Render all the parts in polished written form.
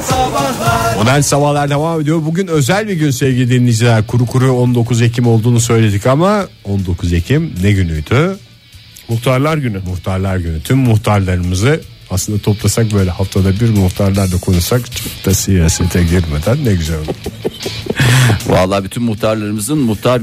Modern Sabahlar devam ediyor. Bugün özel bir gün sevgili dinleyiciler. Kuru kuru 19 Ekim olduğunu söyledik ama 19 Ekim ne günüydü? Muhtarlar Günü. Muhtarlar Günü. Tüm muhtarlarımızı aslında toplasak, böyle haftada bir muhtarlarla konuşsak, çok da siyasete girmeden ne güzel olur. Vallahi bütün muhtarlarımızın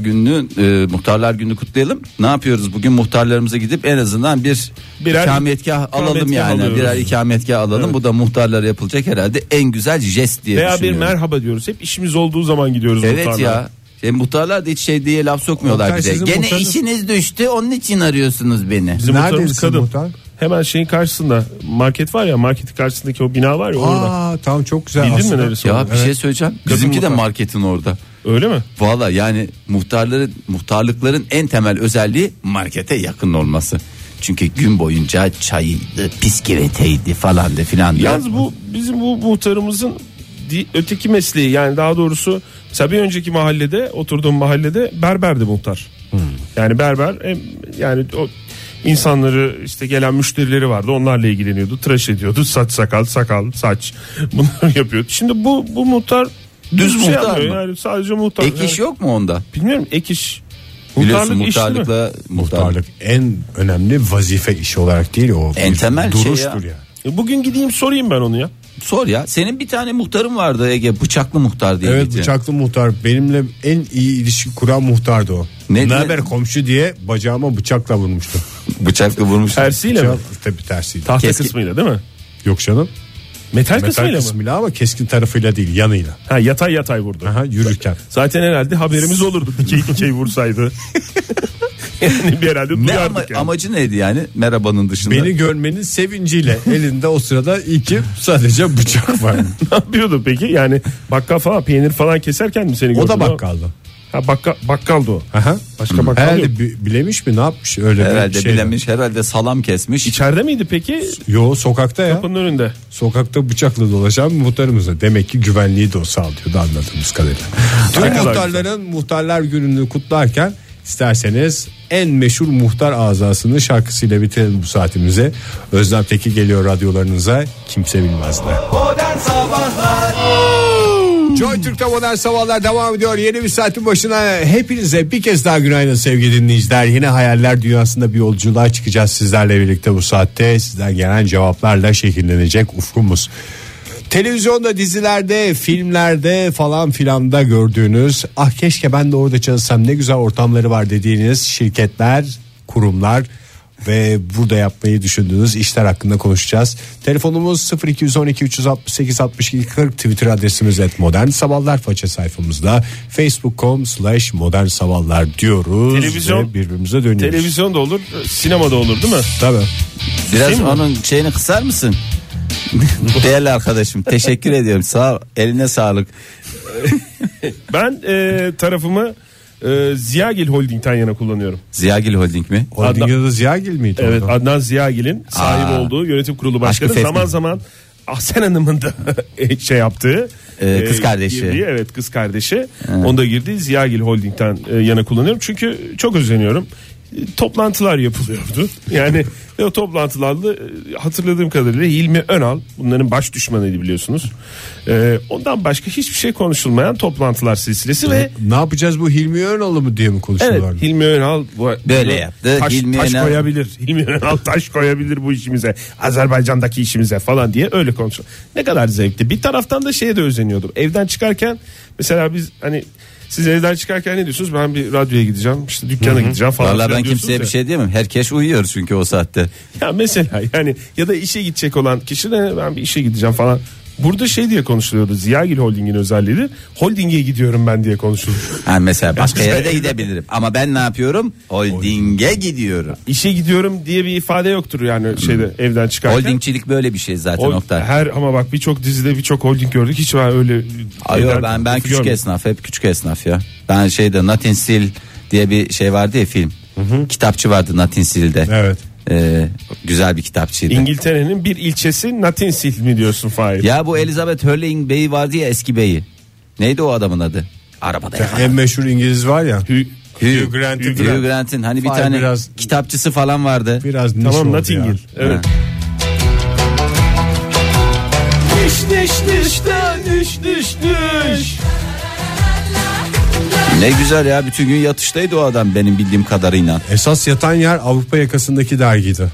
muhtarlar gününü kutlayalım. Ne yapıyoruz bugün? Muhtarlarımıza gidip en azından birer ikametgah alalım yani. Alıyoruz. Birer ikametgah alalım. Evet. Bu da muhtarlara yapılacak herhalde en güzel jest diye veya düşünüyorum. Veya bir merhaba diyoruz. Hep işimiz olduğu zaman gidiyoruz muhtarlara. Evet ya. Muhtarlar da hiç şey diye laf sokmuyorlar bize. Gene işiniz düştü, onun için arıyorsunuz beni. Bizim muhtarımız kadın. Muhtar? Hemen şeyin karşısında market var ya, marketin karşısındaki o bina var ya orada. Tamam, çok güzel. Bildin mi neresi? Ya bir şey söyleyeceğim. Bizimki de marketin orada. Öyle mi? Valla yani muhtarlıkların en temel özelliği markete yakın olması. Çünkü gün boyunca çayıydı, bisküviteydi falan de filan. Yalnız bu bizim bu muhtarımızın öteki mesleği, yani daha doğrusu mesela bir önceki mahallede, oturduğum mahallede berberdi muhtar. Yani berber, yani o insanları, işte gelen müşterileri vardı, onlarla ilgileniyordu, tıraş ediyordu, sakal saç bunları yapıyordu. Şimdi bu muhtar düz muhtar mı? Yani sadece muhtar. Ek iş yok mu onda? Bilmiyorum, ek iş. Biliyorsun muhtarlık en önemli vazife işi olarak değil, o en temel duruştur şey ya. Bugün gideyim sorayım ben onu ya. Sor ya. Senin bir tane muhtarın vardı Ege, bıçaklı muhtar diye. Evet, bıçaklı muhtar. Benimle en iyi ilişki kuran muhtardı o. Ne haber komşu diye bacağıma bıçakla vurmuştu. Bıçakla vurmuştu. Tersiyle mi? Tabii tersiyle. Tahta kısmıyla değil mi? Yok canım. Metal kısmıyla mı? Ama keskin tarafıyla değil, yanıyla. Ha, yatay vurdu. Aha, yürürken. Zaten herhalde haberimiz olurdu. Dikey vursaydı. Yani bir herhalde duyardık yani. Amacı neydi yani merhabanın dışında? Beni görmenin sevinciyle. Elinde o sırada sadece bıçak var. Ne yapıyordu peki? Yani bakkal falan, peynir falan keserken mi seni gördü? O da bakkaldı. Ha, bakkaldı o. Aha. Başka bakkal herhalde yok. Bilemiş mi, ne yapmış öyle herhalde bir şey? Bilemiş, herhalde salam kesmiş. İçeride miydi peki? Yo, sokakta ya. Kapının önünde. Sokakta bıçakla dolaşan muhtarımıza. Demek ki güvenliği de o sağlıyordu anladığımız kadarıyla. Tüm muhtarların Muhtarlar Günü'nü kutlarken isterseniz en meşhur muhtar azasını şarkısıyla bitirelim bu saatimize. Özlem Tekin geliyor radyolarınıza. Kimse bilmez ne. Modern Sabahlar. Joy Türk'te Modern Sabahlar devam ediyor. Yeni bir saatin başına hepinize bir kez daha günaydın sevgili dinleyiciler. Yine hayaller dünyasında bir yolculuğa çıkacağız sizlerle birlikte bu saatte. Sizden gelen cevaplarla şekillenecek ufkumuz. Televizyonda, dizilerde, filmlerde falan filanda gördüğünüz, keşke ben de orada çalışsam, ne güzel ortamları var dediğiniz şirketler, kurumlar ve burada yapmayı düşündüğünüz işler hakkında konuşacağız. Telefonumuz 0212 368 62 40, Twitter adresimiz @modernsabahlar, faça sayfamızda facebook.com/modern sabahlar diyoruz. Televizyon, ve birbirimize dönüyoruz. Televizyon da olur, sinema da olur değil mi? Tabii. Biraz onun şeyini kısar mısın? Değerli arkadaşım, teşekkür ediyorum, sağ ol, eline sağlık. Ben tarafımı Ziyagil Holding'ten yana kullanıyorum. Ziyagil Holding mi? Holding'de de Ziyagil miydi? Evet, orada? Adnan Ziyagil'in sahibi olduğu yönetim kurulu başkanı, zaman zaman Ahsen Hanım'ın da yaptığı kız kardeşi. Girdiği, kız kardeşi. Onda girdiği Ziyagil Holding'ten yana kullanıyorum. Çünkü çok özeniyorum. Toplantılar yapılıyordu. Yani o toplantılarda hatırladığım kadarıyla Hilmi Önal, bunların baş düşmanıydı biliyorsunuz. Ondan başka hiçbir şey konuşulmayan toplantılar silsilesi ve ne yapacağız bu Hilmi Önal'ı mı diye mi konuşuyorlar? Evet, Hilmi Önal böyle yaptı. Taş koyabilir. Hilmi Önal taş koyabilir bu işimize, Azerbaycan'daki işimize falan diye öyle konuşuyor. Ne kadar zevkli. Bir taraftan da şeye de özeniyordum. Evden çıkarken mesela biz hani, siz evden çıkarken ne diyorsunuz? Ben bir radyoya gideceğim, işte dükkana gideceğim falan. Vallahi ben kimseye bir şey diyemem. Herkes uyuyor çünkü o saatte. Ya mesela yani, ya da işe gidecek olan kişi de ben bir işe gideceğim falan. Burada diye konuşuluyordu. Ziyagil Holding'in özelliğidir. Holding'e gidiyorum ben diye konuşulur. Mesela başka yere de gidebilirim. Ama ben ne yapıyorum? Holding'e gidiyorum. İşe gidiyorum diye bir ifade yoktur yani evden çıkarken. Holdingçilik böyle bir şey zaten Oktay. Ama bak birçok dizide birçok holding gördük. Hiç var öyle. Ben küçük esnaf, hep küçük esnaf ya. Ben Notting Hill diye bir şey vardı ya, film. Kitapçı vardı Notting Hill'de. Evet. Güzel bir kitapçıydı. İngiltere'nin bir ilçesi Notting Hill mi diyorsun Fahir? Ya bu Elizabeth Hurley'in beyi vardı ya, eski beyi. Neydi o adamın adı? Arabada ya. En meşhur İngiliz var ya. Hugh Grant'in hani bir tane biraz, kitapçısı falan vardı. Biraz tamam, Notting Hill. Evet. Diş düş. Ne güzel ya, bütün gün yatıştaydı o adam benim bildiğim kadarıyla. Esas yatan yer Avrupa yakasındaki dergiydi.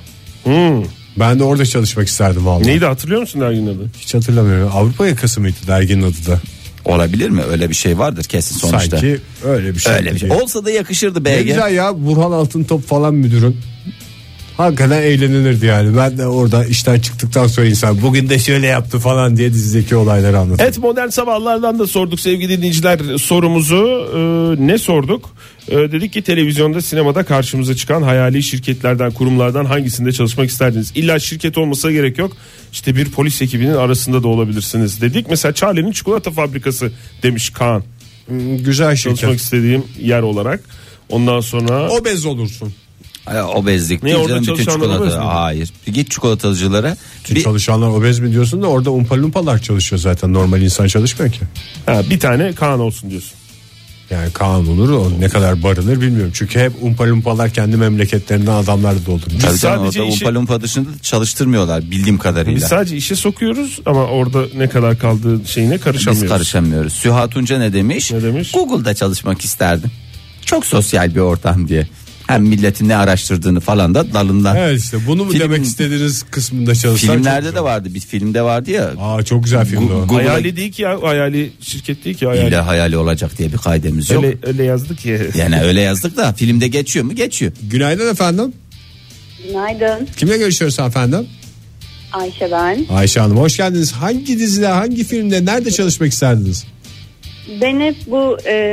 Ben de orada çalışmak isterdim vallahi. Neydi, hatırlıyor musun derginin adı? Hiç hatırlamıyorum. Avrupa yakası mıydı derginin adı da? Olabilir mi? Öyle bir şey vardır kesin sonuçta. Sanki öyle bir şey. Öyle bir şey. Olsa da yakışırdı BG. Ne güzel ya, Burhan Altıntop falan müdürün. Hakikaten eğlenilirdi yani. Ben de orada işten çıktıktan sonra insan bugün de şöyle yaptı falan diye dizideki olayları anlatıyor. Evet, modern sabahlardan da sorduk sevgili dinleyiciler sorumuzu. Ne sorduk? Dedik ki televizyonda, sinemada karşımıza çıkan hayali şirketlerden, kurumlardan hangisinde çalışmak isterdiniz? İlla şirket olmasına gerek yok. İşte bir polis ekibinin arasında da olabilirsiniz dedik. Mesela Charlie'nin çikolata fabrikası demiş Kaan. Güzel şirket. Çalışmak istediğim yer olarak. Ondan sonra obez olursun. Obezlik değil canım, bütün çikolata. Hayır. Git çikolatacılara. Çalışanlar obez mi diyorsun da orada umpalumpalar çalışıyor zaten. Normal insan çalışmıyor ki. Bir tane Kaan olsun diyorsun. Yani Kaan olur, o ne kadar barınır bilmiyorum. Çünkü hep umpalumpalar kendi memleketlerinden adamlarla doldurmuş. Tabii canım, orada umpalumpa dışında çalıştırmıyorlar bildiğim kadarıyla. Biz sadece işe sokuyoruz ama orada ne kadar kaldığı şeyine karışamıyoruz. Biz karışamıyoruz. Süha Tunca ne demiş? Ne demiş? Google'da çalışmak isterdim. Çok sosyal bir ortam diye. Hem milletin ne araştırdığını falan da dalından. Evet, işte bunu mu demek istediğiniz kısmında çalışsak. Filmlerde de vardı, bir filmde vardı ya. Çok güzel filmdi o. Hayali değil ki ya, hayali şirket değil ki. İlle hayali olacak diye bir kaidemiz yok. Öyle yazdık ya. Yani öyle yazdık da filmde geçiyor mu? Geçiyor. Günaydın efendim. Günaydın. Kimle görüşüyoruz efendim? Ayşe ben. Ayşe Hanım, hoş geldiniz. Hangi dizide, hangi filmde, nerede çalışmak isterdiniz? Ben hep bu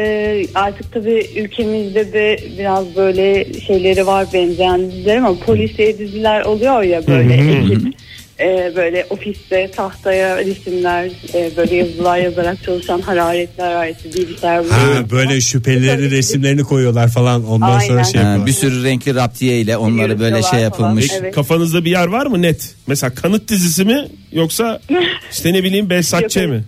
artık tabii ülkemizde de biraz böyle şeyleri var, benzeyen diziler, ama polisiye diziler oluyor ya, böyle ekip böyle ofiste tahtaya resimler, böyle yazılar yazarak çalışan, hararetli bilgisayar. Böyle şüphelileri resimlerini koyuyorlar falan, ondan sonra şey yapıyorlar. Bir sürü renkli raptiye ile onları böyle şey yapılmış. Evet. Kafanızda bir yer var mı net? Mesela Kanıt dizisi mi, yoksa işte ne bileyim Behzatçı mı?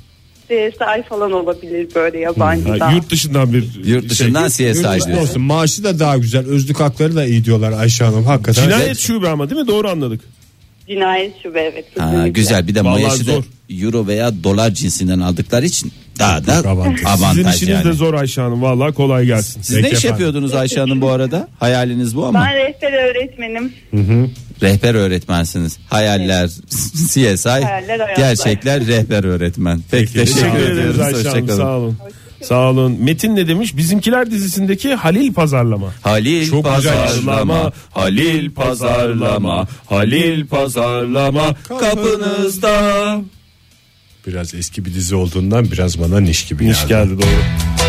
CSI falan olabilir, böyle yabancı. Yurt dışından bir Yurt dışından şey. CSI diyorsun. Maaşı da daha güzel, özlük hakları da iyi diyorlar Ayşe Hanım, hakikaten. Cinayet şube ama, değil mi? Doğru anladık. Cinayet şube, evet. Güzel, bir de maaşı da euro veya dolar cinsinden aldıkları için daha da avantaj. Sizin işiniz yani. de zor Ayşe Hanım, vallahi kolay gelsin. Siz ne iş yapıyordunuz Ayşe Hanım bu arada? Hayaliniz bu ama. Ben rehber öğretmenim. Rehber öğretmensiniz. Hayaller CSI, Hayaller, gerçekler rehber öğretmen. Peki teşekkür ediyoruz. Ayşe Hanım, sağ olun. Sağ olun. Metin ne demiş? Bizimkiler dizisindeki Halil pazarlama. Halil çok pazarlama, Halil pazarlama, Halil pazarlama kapınızda. Biraz eski bir dizi olduğundan biraz bana niş gibi geldi. Niş geldi, doğru.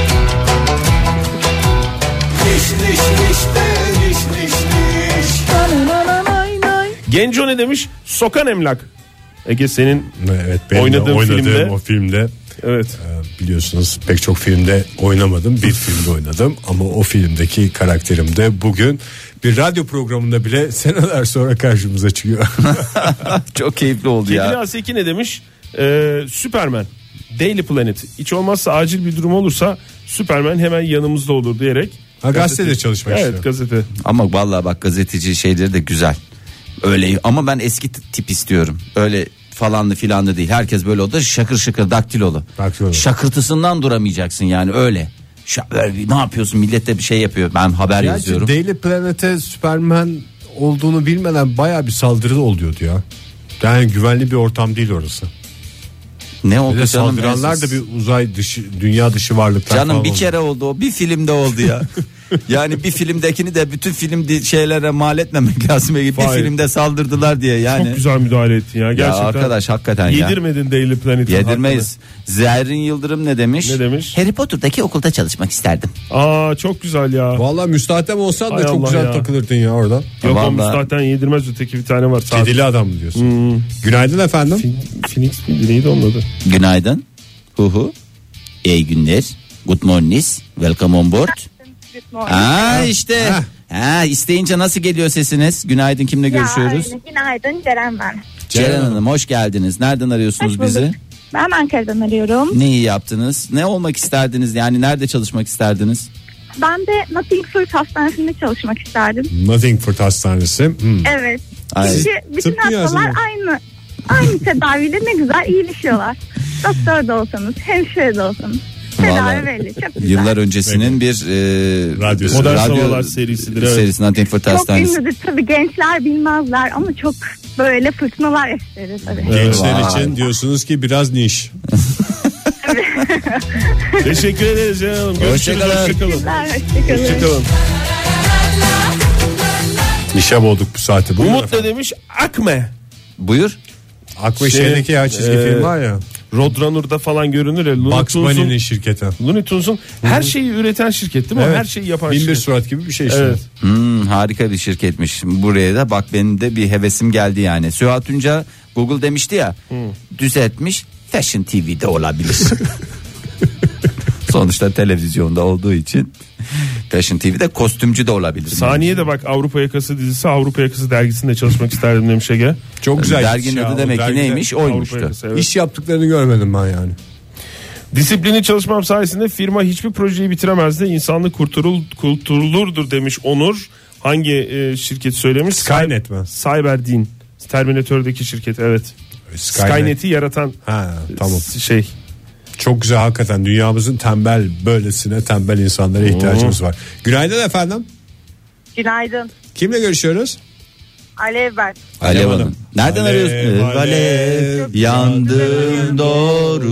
Genco ne demiş? Sokan emlak. Ege, senin oynadığın filmde. O filmde. Evet. Biliyorsunuz pek çok filmde oynamadım. Bir filmde oynadım ama o filmdeki karakterim de bugün bir radyo programında bile seneler sonra karşımıza çıkıyor. Çok keyifli oldu ya. Kedili Aseki ne demiş? Superman, Daily Planet. Hiç olmazsa acil bir durum olursa Superman hemen yanımızda olur diyerek. Gazetede çalışmak istiyor. Evet, gazete. Ama vallahi bak, gazeteci şeyleri de güzel. Öyle, ama ben eski tip istiyorum. Öyle falanlı filanlı değil. Herkes böyle oldu, şakır şakır daktilolu. Şakırtısından duramayacaksın yani, öyle. Ne yapıyorsun, millet de bir şey yapıyor. Ben haber yazıyorum. Daily Planet'e Superman olduğunu bilmeden bayağı bir saldırı oluyordu ya. Yani güvenli bir ortam değil orası. Ne oldu canım? Saldıranlar da bir uzay dışı, dünya dışı varlıklar canım falan bir oldu. kere oldu o, bir filmde oldu ya. Yani bir filmdekini de bütün film şeylere mal etmemek lazım. Bir filmde saldırdılar diye yani. Çok güzel müdahale ettin ya gerçekten. Ya arkadaş, hakikaten yedirmedin Daily Planet'i. Yedirmeyiz. Zerrin Yıldırım ne demiş? Ne demiş? Harry Potter'daki okulda çalışmak isterdim. Çok güzel ya. Vallahi müstahdem olsan da çok Allah güzel ya. Takılırdın ya oradan. Yok, o müstahden yedirmez, öteki bir tane var. Kedili adam mı diyorsun? Günaydın efendim. Phoenix miydi, neydi onun adı? Günaydın. İyi günler. Good morning. Welcome on board. İşte. İsteyince nasıl geliyor sesiniz? Günaydın, kimle görüşüyoruz? Günaydın, Ceren ben. Ceren Hanım, hoş geldiniz. Nereden arıyorsunuz bizi? Ben Ankara'dan arıyorum. Ne iyi yaptınız? Ne olmak isterdiniz? Yani nerede çalışmak isterdiniz? Ben de Nottingford Hastanesi'nde çalışmak isterdim. Nottingford Hastanesi. Evet. Ay. Çünkü bütün hastalar aynı tedaviyle ne güzel iyileşiyorlar. doktor da olsanız, hemşire de olsanız. Tedavi belli. Çok güzel. Yıllar öncesinin bir Modern Sabahlar serisidir. Evet. Serisinden Frankfurt Çok Hastanesi. ünlüdür tabii, gençler bilmezler ama çok böyle fırtınalar esterir tabii. Gençler için diyorsunuz ki biraz niş. Teşekkür ederiz canım. Görüşürüz. Hoşçakalın. Hoşçakalın. Nişe boğduk bu saati. Umut ne demiş? Akme. Buyur. Akme şeydeki ya çizgi film var ya. Roadrunner'da falan görünür ya. Bugs Bunny'nin şirketi. Looney Tunes'un her şeyi üreten şirket değil mi? Evet. Her şeyi yapan Bin şirket. bir surat gibi bir şey işte. Evet. Harika bir şirketmiş. Buraya da bak, benim de bir hevesim geldi yani. Süha Tunca Google demişti ya. Düzeltmiş. Fashion TV'de olabilir. Sonuçta televizyonda olduğu için Fashion TV'de kostümcü de olabilir. Saniye de bak, Avrupa Yakası dizisi, Avrupa Yakası dergisinde çalışmak isterdim demiş Ege. Çok güzel. Derginin adı demek ki neymiş? Oymuştu. Yakası, evet. İş yaptıklarını görmedim ben yani. Disiplinli çalışmam sayesinde firma hiçbir projeyi bitiremezdi. İnsanlık kurtulurdur demiş Onur. Hangi şirket söylemiş? Skynet mi? Cyberdin. Terminator'daki şirket, evet. Skynet'i yaratan tamam. şey. Çok güzel hakikaten, dünyamızın tembel, böylesine tembel insanlara ihtiyacımız var. Günaydın efendim. Günaydın. Kimle görüşüyoruz? Alev ben. Alev Hanım. Nereden arıyorsunuz? Alev yandım doğru.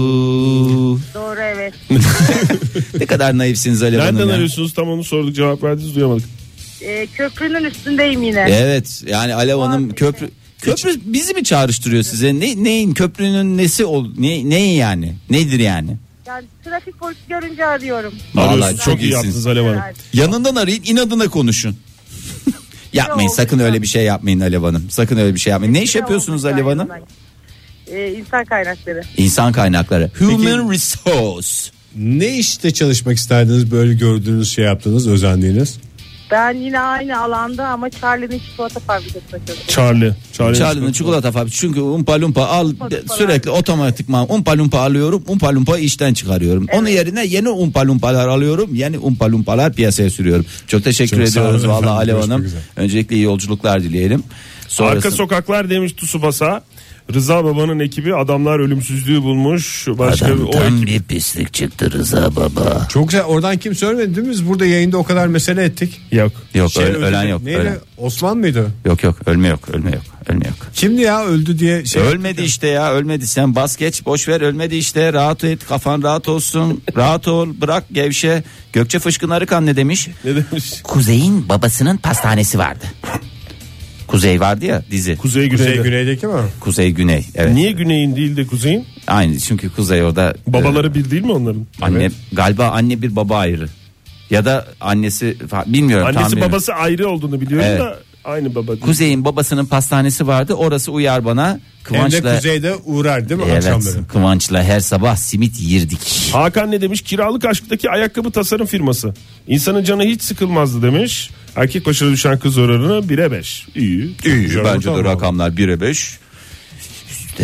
Doğru, evet. Ne kadar naifsiniz Alev Hanım. Nereden ya. arıyorsunuz? Tam onu sorduk, cevap verdiniz, duyamadık. Köprünün üstündeyim yine. Evet, yani Alev Hanım köprü bizi mi çağrıştırıyor size? Neyin köprünün nesi neyin yani? Nedir yani? Yani trafik polisi görünce arıyorum. Vallahi Çok iyi yaptınız Alev Hanım. Evet. Yanından arayın, inadına konuşun. Yapmayın, Yok, sakın öyle bir şey yapmayın Alev Hanım. Sakın öyle bir şey yapmayın. Ne iş yapıyorsunuz Alev Hanım? İnsan kaynakları. İnsan kaynakları. Human resource. Ne işte çalışmak isterdiniz, böyle gördüğünüz, şey yaptığınız, özendiğiniz? Ben yine aynı alanda ama Charlie'nin çikolata fabrikasında çalışıyorum. Charlie'nin çikolata fabrikası. Çünkü umpa lumpa sürekli otomatikman umpa lumpa alıyorum. Umpa lumpa işten çıkarıyorum. Evet. Onun yerine yeni umpa lumpalar alıyorum. Yeni umpa lumpalar piyasaya sürüyorum. Çok teşekkür ediyoruz vallahi Alev Hanım. Öncelikle iyi yolculuklar dileyelim. Arka sokaklar demiş Tsubasa. Rıza Baba'nın ekibi adamlar ölümsüzlüğü bulmuş. Adamdan bir pislik çıktı Rıza Baba. Çok güzel, oradan kimse ölmedi değil mi? Biz burada yayında o kadar mesele ettik. Yok ölen yok. Neydi? Ölen. Osman mıydı? Yok ölme yok. Kimdi ya öldü diye şey. Ölmedi işte ya, ölmedi, sen bas geç, boş ver, ölmedi işte, rahat et, kafan rahat olsun, rahat ol, bırak gevşe. Gökçe Fışkın Arıkan ne demiş? Ne demiş? Kuzey'in babasının pastanesi vardı. Kuzey vardı ya dizi. Kuzey Güney'deki mi? Kuzey Güney. Evet. Niye Güney'in değil de Kuzey'in? Aynı, çünkü Kuzey orada. Babaları bir değil mi onların? Anne Evet. galiba anne bir baba ayrı. Ya da annesi bilmiyorum. Annesi babası ayrı olduğunu biliyorum da aynı baba değil. Kuzey'in babasının pastanesi vardı. Orası uyar bana. Kıvanç'la. Hem de Kuzey'de uğrar değil mi? Evet, akşamları? Kıvanç'la her sabah simit yerdik. Hakan ne demiş? Kiralık aşktaki ayakkabı tasarım firması. İnsanın canı hiç sıkılmazdı demiş. Erkek başına düşen kız oranı 1'e 5. İyi. Bence de rakamlar 1'e 5. İşte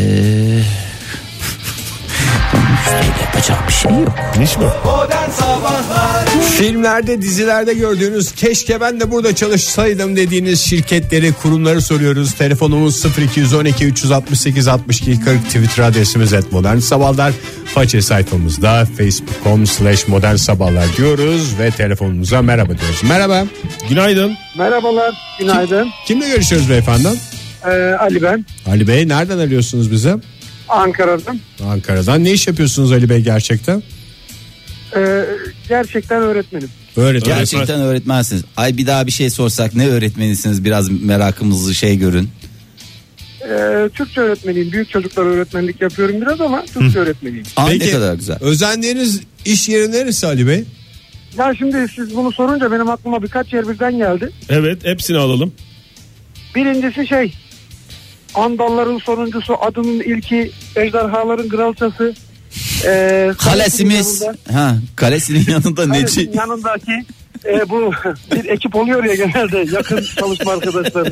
yapacak bir şey yok. Niş mi? Filmlerde, dizilerde gördüğünüz, keşke ben de burada çalışsaydım dediğiniz şirketleri, kurumları soruyoruz. Telefonumuz 0212 368 62 40, Twitter adresimiz @modernsabahlar, faça sayfamızda facebook.com/modernsabahlar diyoruz ve telefonumuza merhaba diyoruz. Merhaba. Günaydın. Merhabalar, günaydın. Kimle görüşüyoruz beyefendi? Ali ben. Ali Bey, nereden arıyorsunuz bize? Ankara'dan. Ankara'dan. Ne iş yapıyorsunuz Ali Bey gerçekten? Gerçekten öğretmenim. Gerçekten öğretmensiniz. Ay bir daha bir şey sorsak, ne öğretmenisiniz, biraz merakımızı görün. Türkçe öğretmeniyim. Büyük çocuklar öğretmenlik yapıyorum biraz ama Türkçe öğretmeniyim. Ne kadar güzel. Özendiğiniz iş yeri neresi Ali Bey? Ya şimdi siz bunu sorunca benim aklıma birkaç yer birden geldi. Evet, hepsini alalım. Birincisi Andalların sonuncusu, adının ilki, ejderhaların kralçası. Kalesimiz. Kalesinin yanında neci? Kalesinin yanındaki bu bir ekip oluyor ya genelde, yakın çalışma arkadaşları.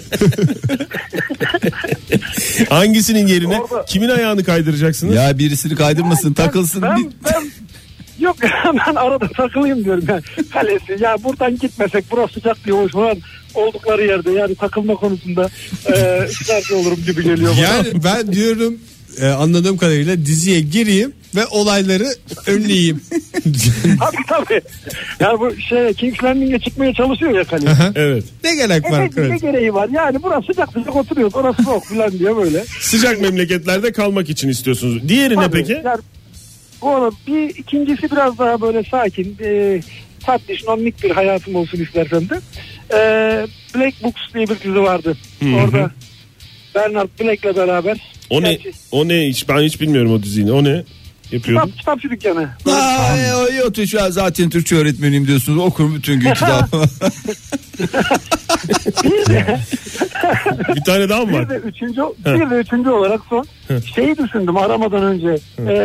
Hangisinin yerine Orada... kimin ayağını kaydıracaksınız? Ya birisini kaydırmasın, takılsın. Yok ben arada takılayım diyorum yani. Kalesi ya, buradan gitmesek, burası sıcak diyor şu an oldukları yerde, yani takılma konusunda ısrarcı olurum gibi geliyor bana. Yani ben diyorum anladığım kadarıyla diziye gireyim ve olayları önleyeyim. Tabii. Yani bu King's Landing'e çıkmaya çalışıyor ya Kali. Evet. Ne gerek var? Ne gereği var? Yani burası sıcak oturuyoruz. Orası soğuk falan diye böyle. Sıcak memleketlerde kalmak için istiyorsunuz. Diğeri ne peki? Yani, ikincisi biraz daha böyle sakin, tatlış, nonnik bir hayatım olsun istersen de. Black Books diye bir dizi vardı. Orada Bernard Black'le beraber. O ne? Ben hiç bilmiyorum o diziyi. O ne? Yapıyordum. Kitapçı dükkanı. Şu an zaten Türkçe öğretmeniyim diyorsunuz. Okurum bütün gün kitap. Bir tane daha mı var? Bir de üçüncü olarak son şeyi düşündüm aramadan önce.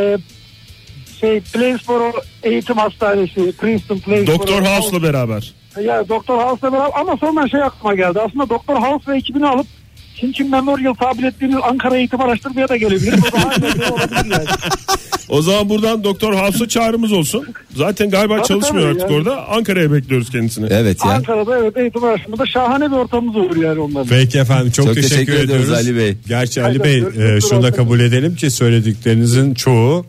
Plainsboro Eğitim Hastanesi, Princeton Plainsboro. Doktor House'la beraber. Ya Doktor House'la beraber ama sonra aklıma geldi. Aslında Doktor House ve ekibini alıp Çin Memorial tabir ettiğiniz Ankara Eğitim Araştırmaya da gelebilir. O da aynı olabilir yani. O zaman buradan Doktor House'a çağrımız olsun. Zaten galiba çalışmıyor artık yani. Orada. Ankara'ya bekliyoruz kendisini. Evet ya. Ankara'da eğitim araştırmada şahane bir ortamımız olur yani onlarla. Peki efendim çok teşekkür ediyoruz Ali Bey. Gerçi Ali Bey şunu da kabul edelim ki söylediklerinizin çoğu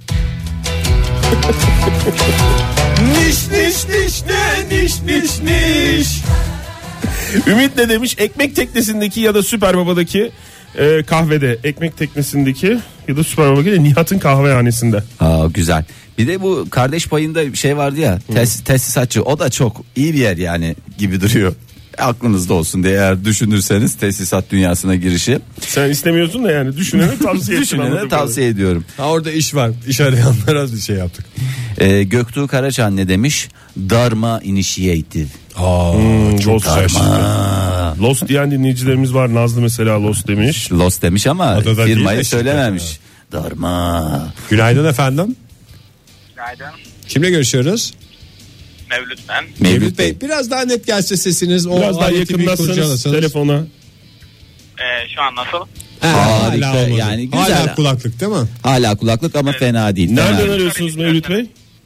niş. Ümit ne demiş? Ekmek teknesindeki ya da Süper Baba'daki kahvede, ekmek teknesindeki ya da Süper Baba'daki Nihat'ın kahvehanesinde. Güzel. Bir de bu kardeş payında bir şey vardı ya, tesisatçı, o da çok iyi bir yer yani gibi duruyor. Aklınızda olsun diye eğer düşünürseniz tesisat dünyasına girişi. Sen istemiyorsun da yani düşünene tavsiye ediyorum. Orada iş var. İş arayanlara bir şey yaptık. Göktuğ Karaçan ne demiş? Dharma Initiative. Çok Dharma. Lost diyen dinleyicilerimiz var. Nazlı mesela Lost demiş. Lost demiş ama firmayı söylememiş. Dharma. Günaydın efendim. Günaydın. Kimle görüşüyoruz? Mevlüt ben. Mevlüt Bey. Biraz daha net gelse sesiniz. Biraz daha yakınlaşsanız telefona. Şu an nasıl? Harika yani güzel. Hala kulaklık değil mi? Hala kulaklık ama fena değil. Nereden arıyorsunuz Mevlüt Bey?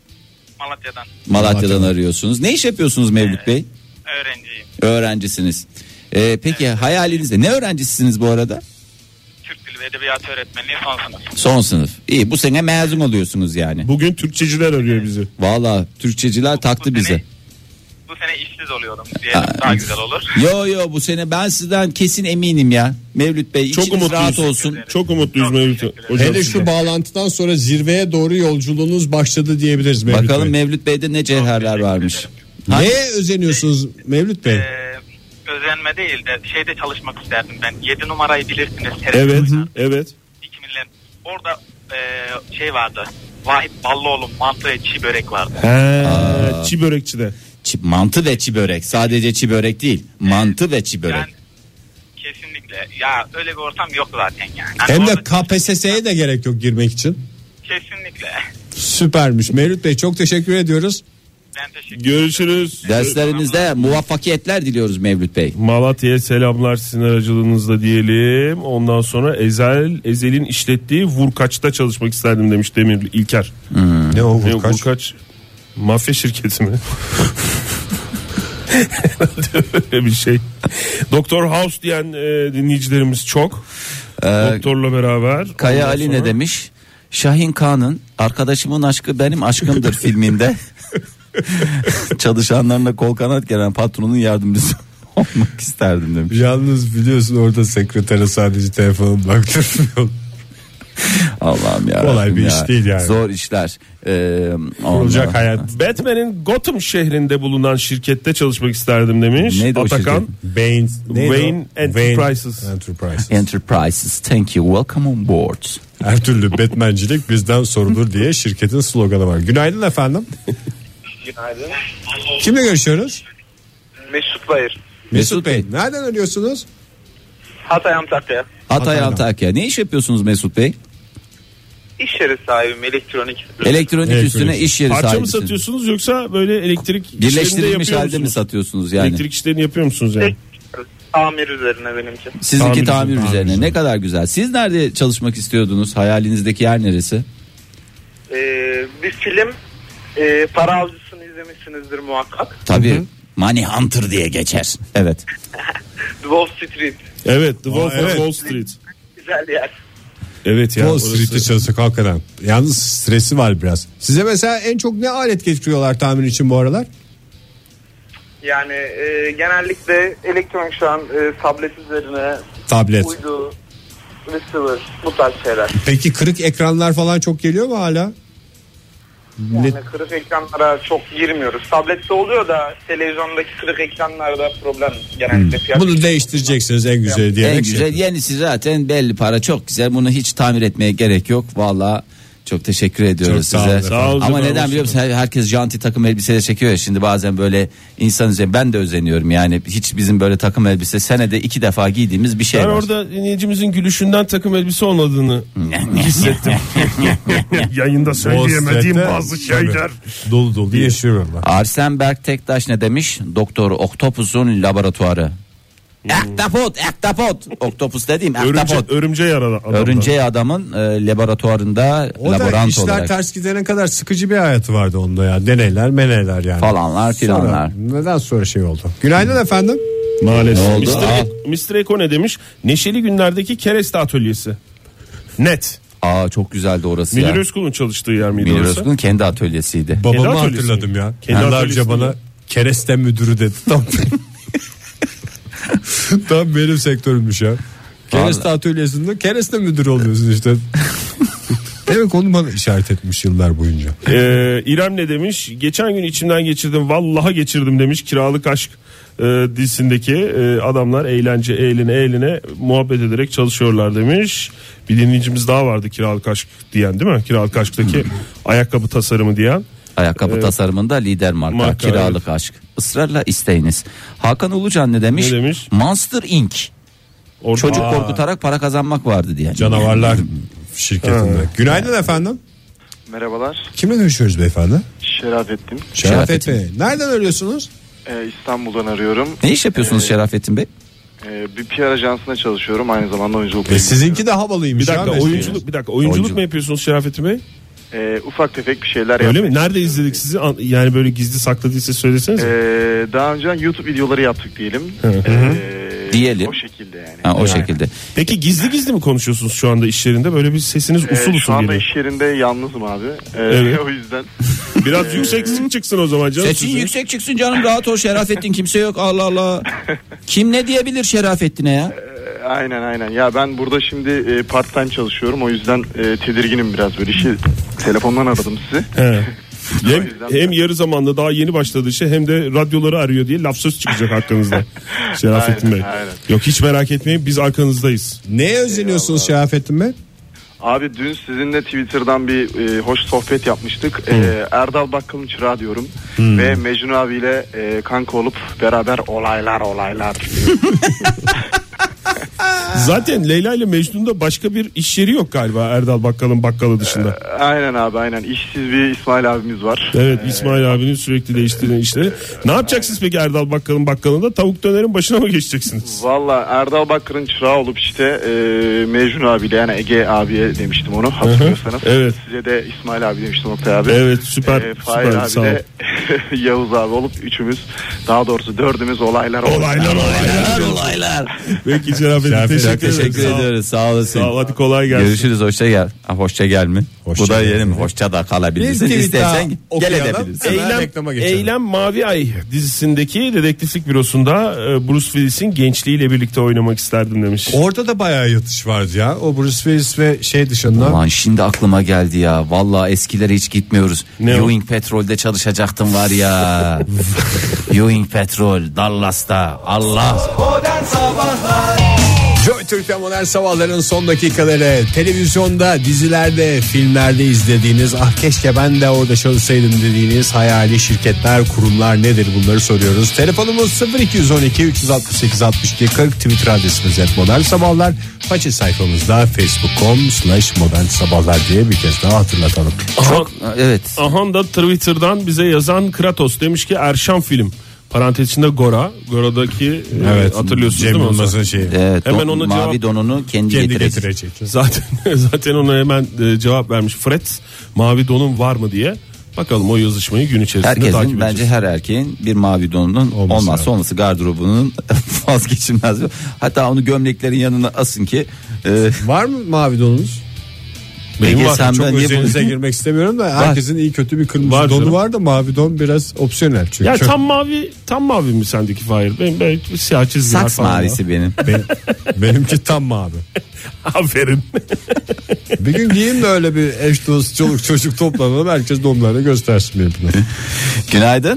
Malatya'dan arıyorsunuz. Ne iş yapıyorsunuz Mevlüt Bey? Öğrenciyim. Öğrencisiniz. Peki hayalinizde ne öğrencisiniz bu arada? Türk Dili ve Edebiyatı Öğretmenliği son sınıf. Son sınıf. İyi, bu sene mezun oluyorsunuz yani. Bugün Türkçeciler arıyor bizi. Valla Türkçeciler taktı bize. Bu sene işsiz oluyorum diye daha güzel olur. Yo bu sene ben sizden kesin eminim ya. Mevlüt Bey çok içiniz rahat olsun. Çok umutluyuz Mevlüt Hocam. Hele şu bağlantıdan sonra zirveye doğru yolculuğunuz başladı diyebiliriz Mevlüt Bey. Bakalım Mevlüt Bey'de ne cevherler varmış. Neye özeniyorsunuz Mevlüt Bey? Özenme değil de şeyde çalışmak isterdim ben. 7 numarayı bilirsiniz. Evet. İkimilen. Orada şey vardı. Vahit Ballıoğlu mantı ve çiğ börek vardı. Çiğ börekçide. Mantı ve çiğ börek. Sadece çiğ börek değil. Mantı ve çiğ börek. Yani, kesinlikle. Ya öyle bir ortam yok zaten yani. Hem de KPSS'ye de gerek yok girmek için. Kesinlikle. Süpermiş. Mevlüt Bey çok teşekkür ediyoruz. Ben teşekkür Görüşürüz. Derslerinizde muvaffakiyetler diliyoruz Mevlüt Bey. Malatya'ya selamlar sizin aracılığınızla diyelim. Ondan sonra Ezel'in işlettiği Vurkaç'ta çalışmak isterdim demiş Demir İlker. Ne o Vurkaç? Vurkaç mafya şirketi mi? Öyle bir şey. Doktor House diyen dinleyicilerimiz çok. Doktorla beraber. Kaya Ali ne demiş? Şahin Kağan'ın Arkadaşımın Aşkı Benim Aşkımdır filminde çalışanlarına kol kanat gelen patronun yardımcısı olmak isterdim demiş. Yalnız biliyorsun orada sekretere sadece telefonu baktırmıyor. Allah'ım ya. Kolay bir iş değil yani. Zor işler. Olacak hayat. Batman'in Gotham şehrinde bulunan şirkette çalışmak isterdim demiş. Neydi Atakan? Wayne Enterprises. Thank you. Welcome on board. Her türlü Batmancilik bizden sorulur diye şirketin sloganı var. Günaydın efendim. Günaydın. Kimle görüşüyoruz? Mesut Bayır. Mesut Bey. Nereden arıyorsunuz? Hatay Antakya. Hatay Antakya. Ne iş yapıyorsunuz Mesut Bey? İş yeri sahibim, elektronik. Elektronik üstüne iş yeri sahibi. Parça mı satıyorsunuz yoksa böyle elektrik birleştirilmiş halde mi satıyorsunuz yani? Elektrik işlerini yapıyor musunuz yani? Tamir üzerine benimki. Sizinki tamir üzerine. Ne kadar güzel. Siz nerede çalışmak istiyordunuz? Hayalinizdeki yer neresi? Bir film, Para Avcısı'nı izlemişsinizdir muhakkak. Tabii. Money Hunter diye geçer. Evet. The Wall Street. Evet, The Wolf of Wall Street. Güzel yer. Evet ya. Wall Street'te çalışsak hakikaten. Yalnız stresi var biraz. Size mesela en çok ne alet getiriyorlar tahmin için bu aralar? Yani genellikle elektronik şu an tablet üzerine. Tablet. Uydu, receiver, bu tarz şeyler. Peki kırık ekranlar falan çok geliyor mu hala? Yani kırık ekranlara çok girmiyoruz. Tablette oluyor da televizyondaki kırık ekranlarda problem genellikle. Bunu değiştireceksiniz en güzeli diyerek. En güzel yenisi zaten belli, para çok güzel. Bunu hiç tamir etmeye gerek yok. Vallahi çok teşekkür ediyoruz çok size. Sağ olun. Ama neden biliyor musun? Herkes janti takım elbiseyle çekiyor ya. Şimdi bazen böyle insan üzerine, ben de özeniyorum yani. Hiç bizim böyle takım elbise senede 2 defa giydiğimiz bir şey ben var. orada dinleyicimizin gülüşünden takım elbise olmadığını hissettim. Yayında söyleyemediğim bazı şeyler. Dolu dolu yaşıyorum ben. Arsenberg Tektaş ne demiş? Doktor Oktopus'un laboratuvarı. Aktapot. Oktopus dediğim aktapot. Örümceği adam. Örümceği adamın laboratuvarında O da laborant işler olarak. ters gidene kadar sıkıcı bir hayatı vardı onda ya. Deneyler meneyler yani. Falanlar filanlar. Neden sonra şey oldu? Günaydın efendim. Maalesef. Ne oldu? Mr. Eko ne demiş? Neşeli günlerdeki kereste atölyesi. Net. Çok güzeldi orası Münir ya. Özkul'un çalıştığı yer miydi Münir orası? Özkul'un kendi atölyesiydi. Babamı atölyesi hatırladım mi? ya. Kendi Yıllarca atölyesi bana mi? kereste müdürü dedi. Tam benim sektörümmüş ya. Kereste atölyesinde kereste müdürü oluyorsun işte. Evet, onu bana işaret etmiş yıllar boyunca. İrem ne demiş? Geçen gün içimden geçirdim. Vallahi geçirdim demiş. Kiralık Aşk dizisindeki adamlar eğline muhabbet ederek çalışıyorlar demiş. Bir dinleyicimiz daha vardı Kiralık Aşk diyen, değil mi? Kiralık Aşk'taki ayakkabı tasarımı diyen. Ayakkabı tasarımında lider marka Kiralık Aşk. Israrla isteyiniz. Hakan Ulucan ne demiş? Ne demiş? Monster Inc. Çocuk korkutarak para kazanmak vardı diye. Canavarlar şirketinde. Günaydın efendim. Merhabalar. Kimle görüşüyoruz beyefendi? Şerafettin. Şerafet Bey. Nereden arıyorsunuz? İstanbul'dan arıyorum. Ne iş yapıyorsunuz Şerafettin Bey? Bir PR ajansında çalışıyorum. Aynı zamanda oyunculuk. Sizinki de havalıymış. Bir dakika oyunculuk mu yapıyorsunuz Şerafettin Bey? Ufak tefek bir şeyler Öyle mi? Nerede izledik sizi? Yani böyle gizli saklı değilse söylesenize. Daha önce YouTube videoları yaptık diyelim. Diyelim. O şekilde yani. O şekilde. Peki gizli mi konuşuyorsunuz şu anda iş yerinde? Böyle bir sesiniz usul Şu anda geliyor. iş yerinde yalnızım abi. Evet. O yüzden. Biraz yüksek çıksın o zaman canım. Sesin yüksek çıksın canım, rahat ol Şerafettin, kimse yok, Allah Allah. Kim ne diyebilir Şerafettin'e ya? Aynen. Ya ben burada şimdi part time çalışıyorum. O yüzden tedirginim biraz böyle işi. Telefondan aradım sizi. Hem yarı zamanda daha yeni başladığı şey hem de radyoları arıyor diye laf söz çıkacak hakkınızda. Şerafettin Bey. Aynen. Yok, hiç merak etmeyin, biz arkanızdayız. Neye özeniyorsunuz Şerafettin Bey? Abi dün sizinle Twitter'dan bir hoş sohbet yapmıştık. Erdal Bakkal'ın çırağı diyorum. Ve Mecnun abiyle kanka olup beraber olaylar. Zaten Leyla ile Mecnun'da başka bir iş yeri yok galiba Erdal Bakkal'ın bakkalı dışında. Aynen abi, aynen. İşsiz bir İsmail abimiz var. Evet, İsmail abinin sürekli değiştirilen işleri. Ne yapacaksınız peki Erdal Bakkal'ın bakkalında? Tavuk dönerin başına mı geçeceksiniz? Valla Erdal Bakkal'ın çırağı olup işte Mecnun abiyle, yani Ege abiye demiştim onu, hatırlıyorsanız. Evet. Size de İsmail abi demiştim Oktay abi. Evet, süper. Fahir süper, abi sağ ol. de Yavuz abi olup üçümüz, daha doğrusu dördümüz olaylar. Peki Şerafettin, Teşekkür ediyoruz, sağ olasın. Sağ ol, hadi kolay gelsin. Görüşürüz, hoşça gel. Hoşça gel mi? Bu da yerim, hoşça da kalabilirsin. İstersen gel edebilirsin. Eylem Mavi Ay dizisindeki dedektiflik bürosunda Bruce Willis'in gençliğiyle birlikte oynamak isterdim demiş. Orada da bayağı yatış vardı ya. O Bruce Willis ve şey dışında. Ulan şimdi aklıma geldi ya. Vallahi eskilere hiç gitmiyoruz. Ne Ewing Petrol'de çalışacaktım var ya. Ewing Petrol Dallas'ta. Allah. Joy Türk'te modern sabahların son dakikaları, televizyonda, dizilerde, filmlerde izlediğiniz, keşke ben de orada çalışsaydım dediğiniz hayali şirketler, kurumlar nedir, bunları soruyoruz. Telefonumuz 0212 368 62 40, Twitter adresimiz @modern sabahlar, faça sayfamızda facebook.com/modern sabahlar diye bir kez daha hatırlatalım. Evet. Aha da Twitter'dan bize yazan Kratos demiş ki Erşan film. Parantez içinde Gora'daki hatırlıyorsunuz Cem değil mi? Yılmaz'ın şeyi. Evet, hemen ona mavi donunu kendi getirecek. Zaten ona hemen cevap vermiş Fred, mavi donun var mı diye. Bakalım o yazışmayı gün içerisinde takip Herkesin, edeceğiz. bence her erkeğin bir mavi donunun olmazsa olması, gardırobunun vazgeçilmez. Hatta onu gömleklerin yanına asın ki. Var mı mavi donunuz? Ege sen Çok ben niye özelinize girmek istemiyorum da herkesin iyi kötü bir kırmızı Var donu canım. var da mavi don biraz opsiyonel çünkü. Ya tam mavi mi sendeki Fahir? Ben siyah çizgiler Saks falan. mavisi benim. Benimki tam mavi. Aferin. Bir gün giyeyim de öyle bir eş dost çoluk çocuk toplanalım, herkes donlarını göstersin birbirine. Günaydın.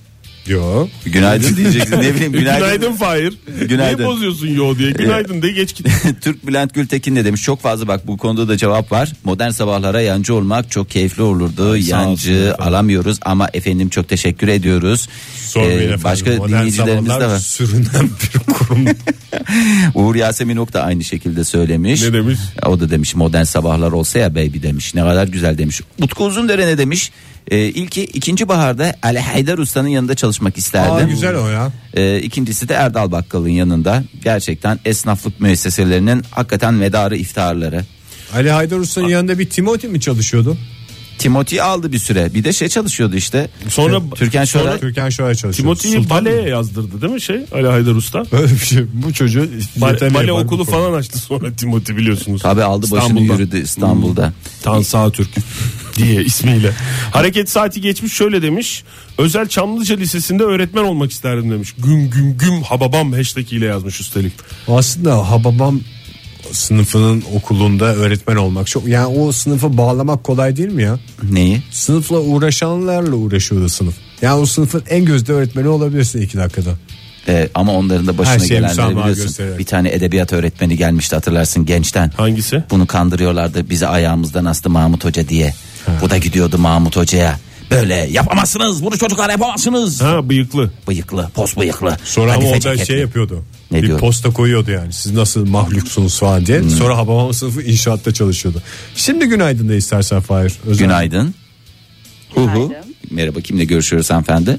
Yo. Günaydın diyeceksin. Ne bileyim Günaydın Fahir. Günaydın. Niye bozuyorsun yo diye? Günaydın de geç git. Türk Bülent Gültekin de demiş çok fazla, bak bu konuda da cevap var. Modern sabahlara yancı olmak çok keyifli olurdu. Yancı alamıyoruz ama efendim çok teşekkür ediyoruz. Başka dinleyicilerimiz de var. Sürünen bir kurum. Uğur Yaseminok da aynı şekilde söylemiş. Ne demiş? O da demiş modern sabahlar olsa ya baby demiş. Ne kadar güzel demiş. Utku Uzundere ne demiş? İkinci baharda Ali Haydar Usta'nın yanında çalışmak isterdim. Güzel o ya. İkincisi de Erdal Bakkal'ın yanında. Gerçekten esnaflık müesseselerinin hakikaten medarı iftiharları. Ali Haydar Usta'nın yanında bir Timothy mi çalışıyordu? Timothy'yi aldı bir süre. Bir de çalışıyordu işte. Sonra Türkan Şoray. Türkan Şoray çalışıyordu. Timothy'yi baleye yazdırdı değil mi Ali Haydar Usta? Öyle bir şey. Bu çocuğu Bale okulu falan açtı sonra Timothy biliyorsunuz. Tabii aldı başını yürüdü İstanbul'da. Tansa Türk diye ismiyle. Hareket saati geçmiş şöyle demiş. Özel Çamlıca Lisesi'nde öğretmen olmak isterdim demiş. Güm güm güm hababam hashtag ile yazmış üstelik. Aslında hababam sınıfının okulunda öğretmen olmak çok, yani o sınıfı bağlamak kolay değil mi ya? Neyi? Sınıfla uğraşanlarla uğraşıyordu sınıf. Yani o sınıfın en gözde öğretmeni olabilirsin 2 dakikada. Ama onların da başına gelenleri biliyorsun. Göstererek. Bir tane edebiyat öğretmeni gelmişti hatırlarsın gençten. Hangisi? Bunu kandırıyorlardı, bizi ayağımızdan astı Mahmut Hoca diye. Bu da gidiyordu Mahmut Hoca'ya. Böyle yapamazsınız, bunu çocuklar yapamazsınız. Bıyıklı. Bıyıklı, pos bıyıklı. Sonra ama o da yapıyordu. Ne bir diyordu? posta koyuyordu yani. Siz nasıl mahluksunuz falan diye. Sonra Hababam sınıfı inşaatta çalışıyordu. Şimdi günaydın da istersen Fahir. Günaydın. Günaydın. Merhaba, kimle görüşüyoruz hanımefendi?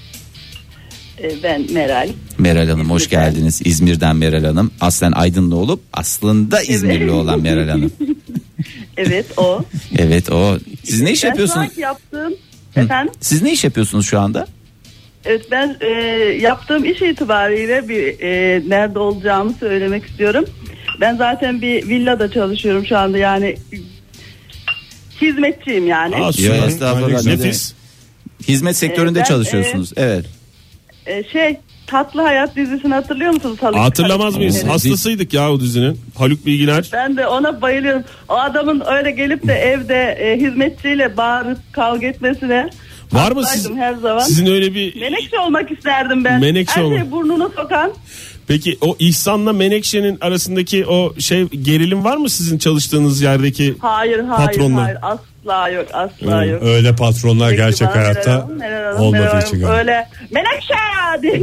Ben Meral. Meral Hanım hoş geldiniz. İzmir'den Meral Hanım. Aslen Aydınlı olup aslında İzmirli olan Meral Hanım. Evet o. Evet o. Siz ne iş yapıyorsunuz? Ben yaptığım efendim. Siz ne iş yapıyorsunuz şu anda? Evet ben yaptığım iş itibariyle nerede olacağımı söylemek istiyorum. Ben zaten bir villada çalışıyorum şu anda, yani hizmetçiyim yani. Nefis. Hizmet sektöründe çalışıyorsunuz. Evet. Tatlı Hayat dizisini hatırlıyor musunuz? Hatırlamaz mıyız? Hastasıydık ya o dizinin. Haluk Bilginer. Ben de ona bayılıyorum. O adamın öyle gelip de evde hizmetçiyle bağırıp kavga etmesine var mı her zaman. Sizin öyle bir Menekşe olmak isterdim ben. Menekşe her şey burnuna sokan. Peki o İhsan'la Menekşe'nin arasındaki o gerilim var mı sizin çalıştığınız yerdeki patronla? Hayır asla yok, asla yok. Öyle patronlar Peki, gerçek hayatta olmadığı için. Öyle Menekşe diye.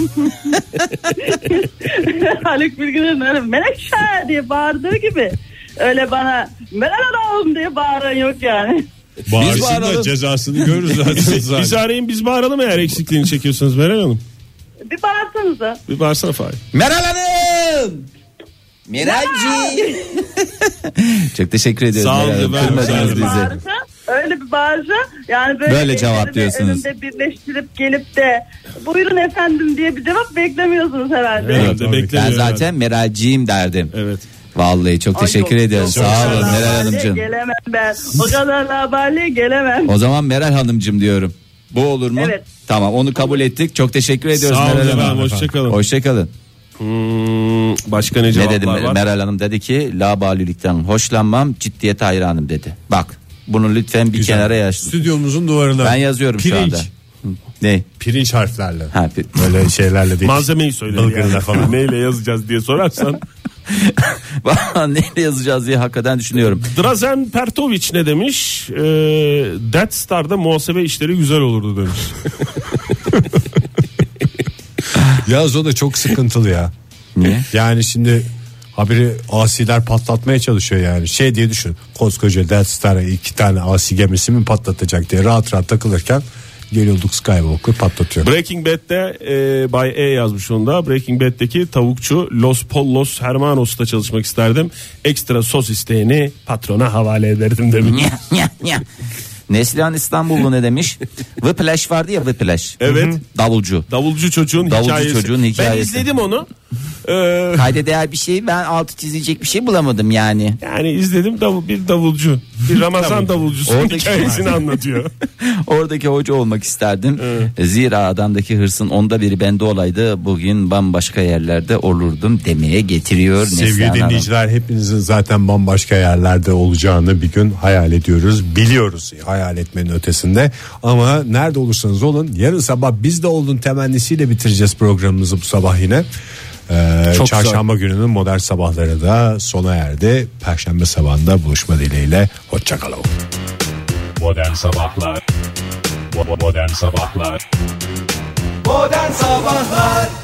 Haluk Bilginer'in öyle Menekşe diye bağırdığı gibi öyle bana Meral Hanım diye bağıran yok yani. Bağırsın da cezasını görürüz zaten. Biz arayın, biz bağıralım eğer eksikliğini çekiyorsunuz Meral Hanım. Bir bağırsanıza. Bir bağırsana Fahir. Meral Hanım. Meralci. Çok teşekkür ediyorum. Sağ olun. Öyle bir bağırsa yani böyle cevaplıyorsunuz. Önünde birleştirip gelip de buyurun efendim diye bir cevap beklemiyorsunuz herhalde. Evet, ben zaten Meralciyim derdim. Evet. Vallahi çok teşekkür ediyorum. Sağ olun Meral Hanımcığım. Gelemem ben. O kadar haberliğe gelemem. O zaman Meral Hanımcığım diyorum. Bu olur mu? Evet. Tamam, onu kabul ettik. Çok teşekkür ediyoruz Meral Hanım. Hoşçakalın. Hoşçakalın. Başka ne cevaplar var? Meral Hanım dedi ki labalülükten hoşlanmam, ciddiyete hayranım dedi. Bak bunu lütfen bir kenara yaz. Stüdyomuzun duvarına. Ben yazıyorum şu anda. Ne? Pirinç harflerle. Ha, böyle şeylerle değil. Malzemeyi söyle yani. Falan. Neyle yazacağız diye sorarsan. Neyle yazacağız diye hakikaten düşünüyorum. Drazen Pertovic ne demiş? Death Star'da muhasebe işleri güzel olurdu demiş. Yalnız o da çok sıkıntılı ya. Niye? Yani şimdi haberi asiler patlatmaya çalışıyor yani. Diye düşün. Koskoca Death Star'a 2 tane asi gemisi mi patlatacak diye rahat rahat takılırken geliyorduk Skywalker patlatıyor. Breaking Bad'de Bay E yazmış onda. Breaking Bad'deki tavukçu Los Pollos Hermanos'ta çalışmak isterdim. Ekstra sos isteğini patrona havale ederdim demiş. Neslihan İstanbullu ne demiş? Whiplash vardı ya, Whiplash. Evet. Davulcu. Davulcu çocuğun hikayesi. Ben izledim onu. Kayda değer bir şey, ben altı çizecek bir şey bulamadım yani. Yani izledim, bir davulcu. Bir Ramazan davulcusunun hikayesini anlatıyor. Oradaki hoca olmak isterdim. Zira adamdaki hırsın onda biri bende olaydı, bugün bambaşka yerlerde olurdum demeye getiriyor. Sevgili dinleyiciler, hepinizin zaten bambaşka yerlerde olacağını bir gün hayal ediyoruz. Biliyoruz hayal etmenin ötesinde. Ama nerede olursanız olun, yarın sabah biz de olun temennisiyle bitireceğiz programımızı bu sabah yine. Çarşamba gününün modern sabahları da sona erdi. Perşembe sabahında buluşma dileğiyle. Hoşçakalın. Modern Sabahlar. Modern Sabahlar. Modern Sabahlar.